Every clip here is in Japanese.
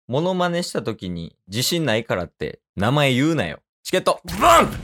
モノマネした時に自信ないからって名前言うなよ。チケットバン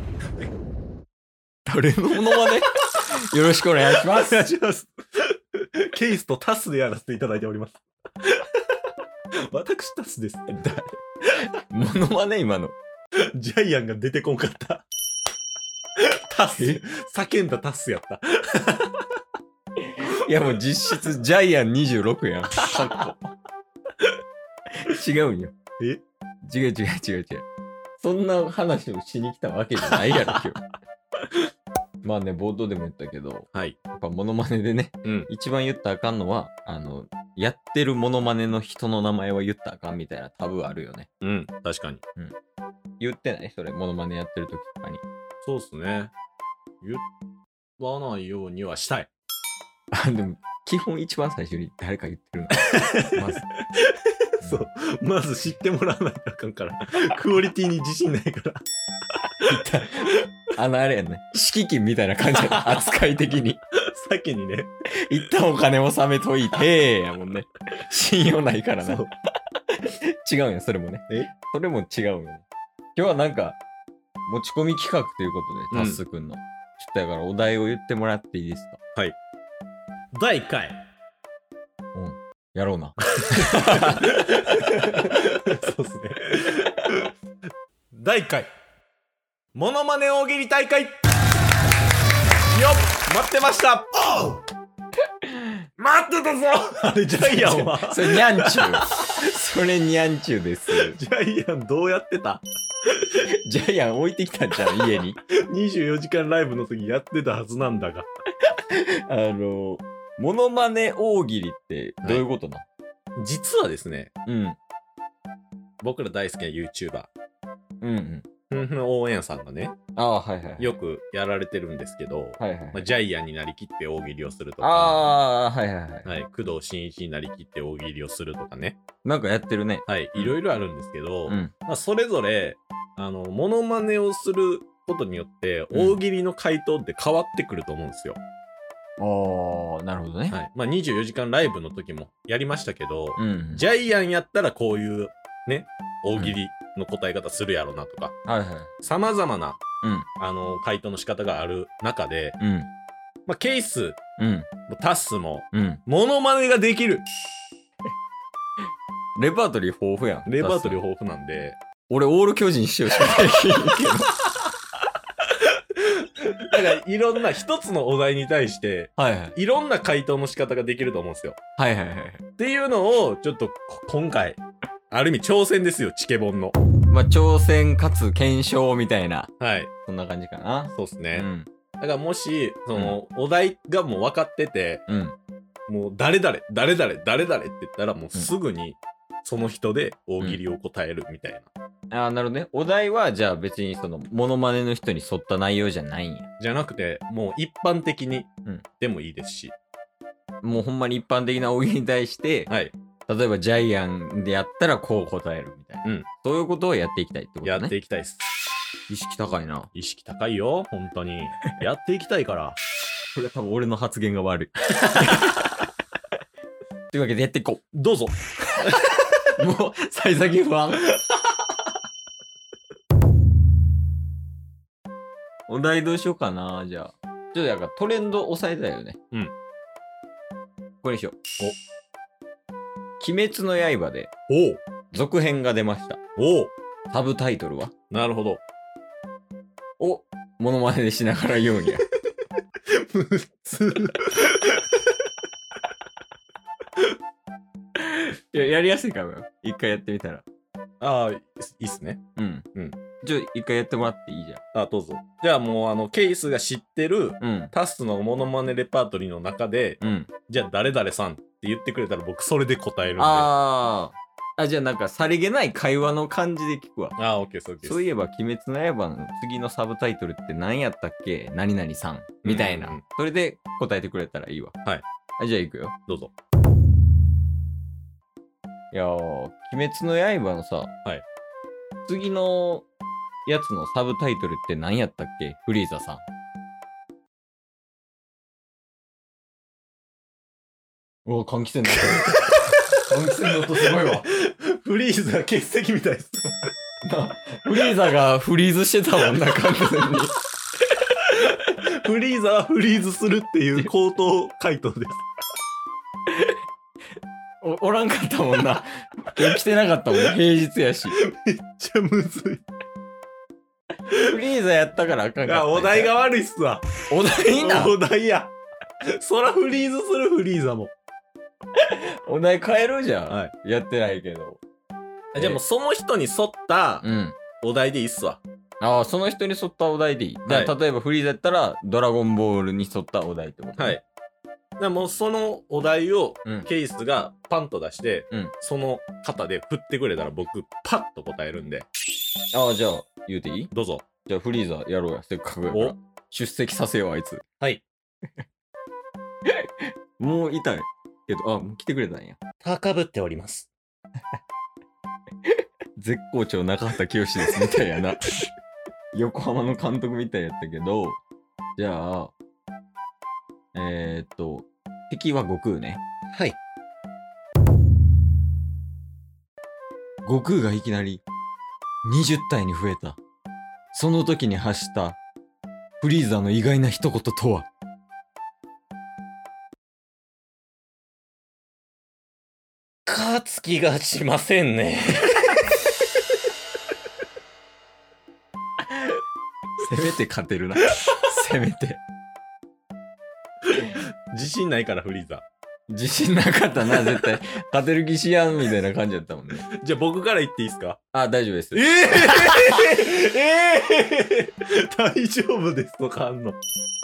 誰のモノマネよろしくお願いします。 お願いします。ケイスとタスでやらせていただいております。私タスです。 モノマネ今の。 ジャイアンが出てこんかった。タス。叫んだタスやった。 いやもう実質ジャイアン26やん。違うんよ。違う。そんな話をしに来たわけじゃないやろ、今日。まあね、冒頭でも言ったけど、 はい。 やっぱモノマネでね、一番言ったらあかんのは、やってるモノマネの人の名前は言ったらあかんみたいなタブーあるよね。 確かに。 言ってないそれ、モノマネやってる時とかに。 そうっすね。言わないようにはしたい。 でも、基本一番最初に誰か言ってるの。まず。 そう。まず知ってもらわないとあかんから。クオリティに自信ないから。 あれやね。敷金みたいな感じや扱い的に。 先にね。 一旦お金納めといて、やもんね。信用ないからな。違うんや、それもね。それも違うんよね。今日はなんか、持ち込み企画ということで、タッスくんの。ちょっとだからお題を言ってもらっていいですか？ はい。第1回。 やろうな。 そうっすね。第1回。モノマネ大喜利大会よっ待ってました待ってたぞあれジャイアンはそれニャンチュー。それニャンチューです。 ジャイアンどうやってた？ ジャイアン置いてきたんじゃん、家に。 24時間ライブの時やってたはずなんだが。 モノマネ大喜利ってどういうことなの？ 実はですね、僕ら大好きな YouTuber。応援さんがね、よくやられてるんですけど、ジャイアンになりきって大喜利をするとか、工藤新一になりきって大喜利をするとかね。 なんかやってるね。 いろいろあるんですけど、それぞれ、モノマネをすることによって、大喜利の回答って変わってくると思うんですよ。 なるほどね。 24時間ライブの時もやりましたけど、ジャイアンやったらこういうね、大喜利の答え方するやろなとか、様々な、回答の仕方がある中で、ケイス、タッスも、モノマネができる。 レパートリー豊富やん。 レパートリー豊富なんで。 俺、オール巨人しようしかないけど。 だからいろんな一つのお題に対して、いろんな回答の仕方ができると思うんですよ。っていうのをちょっと今回ある意味挑戦ですよ、チケボンの。 挑戦かつ検証みたいな。そんな感じかな。 そうですね。だからもしその、お題がもう分かってて、もう誰々って言ったらもうすぐにその人で大喜利を答えるみたいな。 なるほどね。お題はじゃあ別にそのモノマネの人に沿った内容じゃないんや。 じゃなくてもう一般的にでもいいですし、 もうほんまに一般的な大喜利に対して、例えばジャイアンでやったらこう答えるみたいな。そういうことをやっていきたいってことね。 やっていきたいです。 意識高いな。 意識高いよ、本当に。やっていきたいから。 これは多分俺の発言が悪い。というわけでやっていこう。 どうぞ。 もう、幸先不安。お題どうしようかな、じゃあ。ちょっとなんかトレンド抑えたいよね。これにしよう。鬼滅の刃で、続編が出ました。サブタイトルは？ なるほど。 モノマネでしながら言うんや。 むつ。 いや、やりやすいかもよ。一回やってみたら。 いいっすね。 一回やってもらっていいじゃん。 どうぞ。じゃあもうケイスが知ってる、タスのモノマネレパートリーの中で、じゃあ誰々さんって言ってくれたら僕それで答えるんで。 じゃあなんかさりげない会話の感じで聞くわ。 オッケーです。 そういえば鬼滅の刃の次のサブタイトルって何やったっけ？何々さんみたいな。それで答えてくれたらいいわ。じゃあ行くよ。 どうぞ。 いやー、鬼滅の刃のさ、次のやつのサブタイトルって何やったっけ？フリーザさん。換気扇の音。換気扇の音すごいわ。 フリーザ欠席みたいです。 フリーザがフリーズしてたもんな、完全に。 フリーザはフリーズするっていう口頭回答です。 おらんかったもんな。今日来てなかったもん、平日やし。 めっちゃむずい。 フリーザやったからあかんかった。 お題が悪いっすわ。 お題な。 お題や。そらフリーズするフリーザも。 お題変えるじゃん。 はい。 やってないけど。 じゃあもうその人に沿ったお題でいいっすわ。 ああ、その人に沿ったお題でいい。はい、例えばフリーザやったら、ドラゴンボールに沿ったお題ってこと、ね、 はい。だもうそのお題をケイスがパンと出して、その方で振ってくれたら僕パッと答えるんで。 ああ、じゃあ言うていい？ どうぞ。 じゃあフリーザやろうや。せっかくやから。出席させよう、あいつ。 はい。 もういたいけど、もう来てくれたんや。 高ぶっております。 絶好調中畑清ですみたいやな。横浜の監督みたいやったけど、じゃあ、敵は悟空ね。 はい。 悟空がいきなり20体に増えた。その時に発したフリーザの意外な一言とは？ 勝つ気がしませんね。 せめて勝てるな。せめて。 自信ないからフリーザ。 自信なかったな、絶対。勝てる気しやんみたいな感じだったもんね。 じゃあ僕から言っていいですか？ 大丈夫です。 大丈夫ですとかあんの？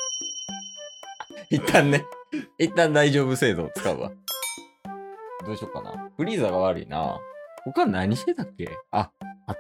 一旦大丈夫制度を使うわ。どうしようかな。フリーザが悪いな。他何してたっけ？あった。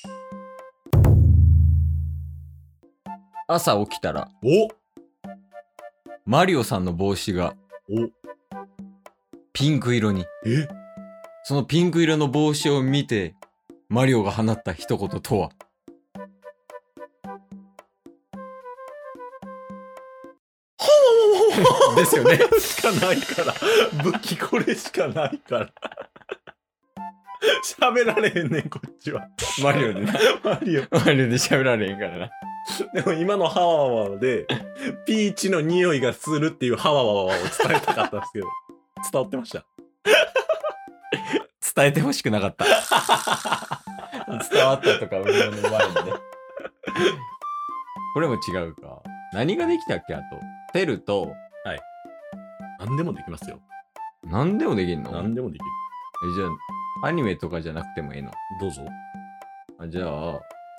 朝起きたら、マリオさんの帽子が、ピンク色に。そのピンク色の帽子を見て、マリオが放った一言とは？ですよね。 しかないから。武器これしかないから。喋られへんねん、こっちは。 マリオでな。マリオで喋られへんからな。 でも今のハワワワで、ピーチの匂いがするっていうハワワワを伝えたかったんですけど、伝わってました。 伝えてほしくなかった。伝わったとか、運動の前にね。これも違うか。何ができたっけ？あと。テルと、 はい。何でもできますよ。 何でもできんの？ 何でもできる。 じゃあ、アニメとかじゃなくてもいいの？ どうぞ。 じゃあ、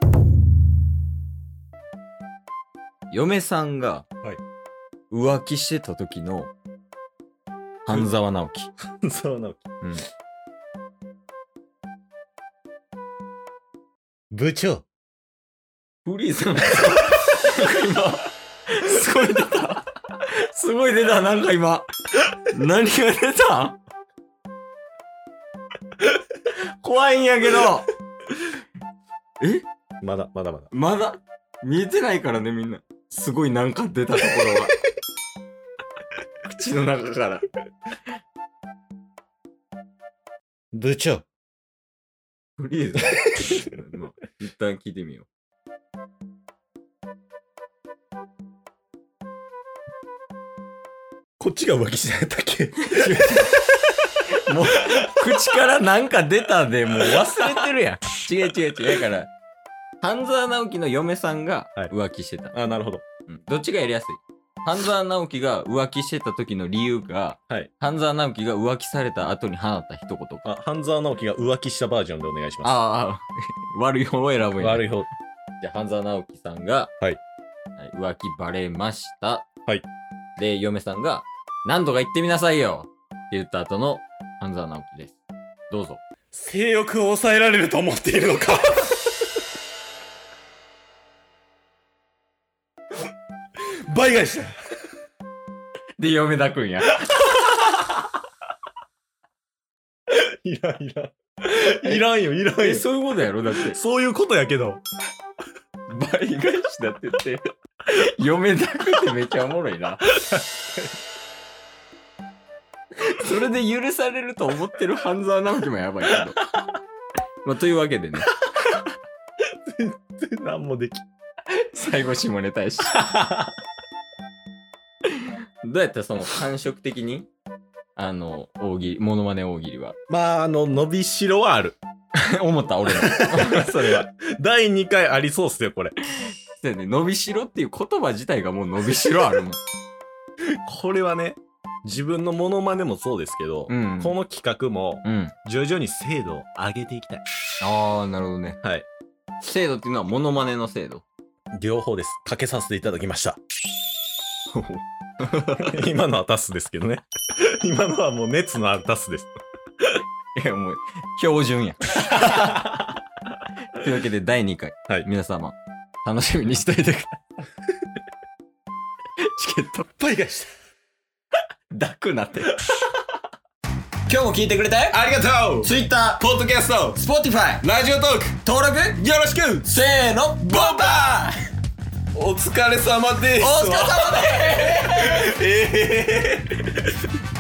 嫁さんが浮気してた時の半沢直樹。 半沢直樹。部長。 フリーザの今、すごい出た。すごい出た、なんか今。何が出た？怖いんやけど。 まだ見えてないからね、みんな。すごいなんか出たところが。口の中から。 部長。 フリーザ。一旦聞いてみよう。 こっちが浮気してやったっけ？ もう、口からなんか出たでもう忘れてるやん。違う。だから、半沢直樹の嫁さんが浮気してた。 なるほど。 どっちがやりやすい？半沢直樹が浮気してた時の理由が、半沢直樹が浮気された後に放った一言か。 半沢直樹が浮気したバージョンでお願いします。悪い方を選ぶんや。 悪い方。 じゃあ、半沢直樹さんが、浮気バレました。で、嫁さんが、何とか言ってみなさいよって言った後の半沢直樹です。どうぞ。 性欲を抑えられると思っているのか？倍返しだ。 で、嫁抱くんや。 いらんよ。 そういうことやろ？だって。 そういうことやけど。 倍返しだって言って、嫁抱くってめっちゃおもろいな。それで許されると思ってる半沢直樹もやばいけど。 まあ、というわけでね。 全然何もできん。 最後下ネタやし。どうやったその感触的に大喜利、モノマネ大喜利は。 まあ、伸びしろはある。 思った、俺も。それは。 第2回ありそうっすよ、これ。 そうやね、伸びしろっていう言葉自体がもう伸びしろあるもん。 これはね、自分のモノマネもそうですけど、この企画も、徐々に精度を上げていきたい。 ああ、なるほどね。 はい。 精度っていうのはモノマネの精度。 両方です。かけさせていただきました。今のはタスですけどね。今のはもう熱のあるタスです。 いや、もう、標準や。というわけで、第2回。 はい。 皆様、楽しみにしておいてください。チケット、 倍返した。 抱くなって。今日も聞いてくれてありがとう。 Twitter、 ポッドキャスト、 Spotify、 ラジオトーク、 登録よろしく。 せーの、ボンバーお疲れ様です。 お疲れ様です。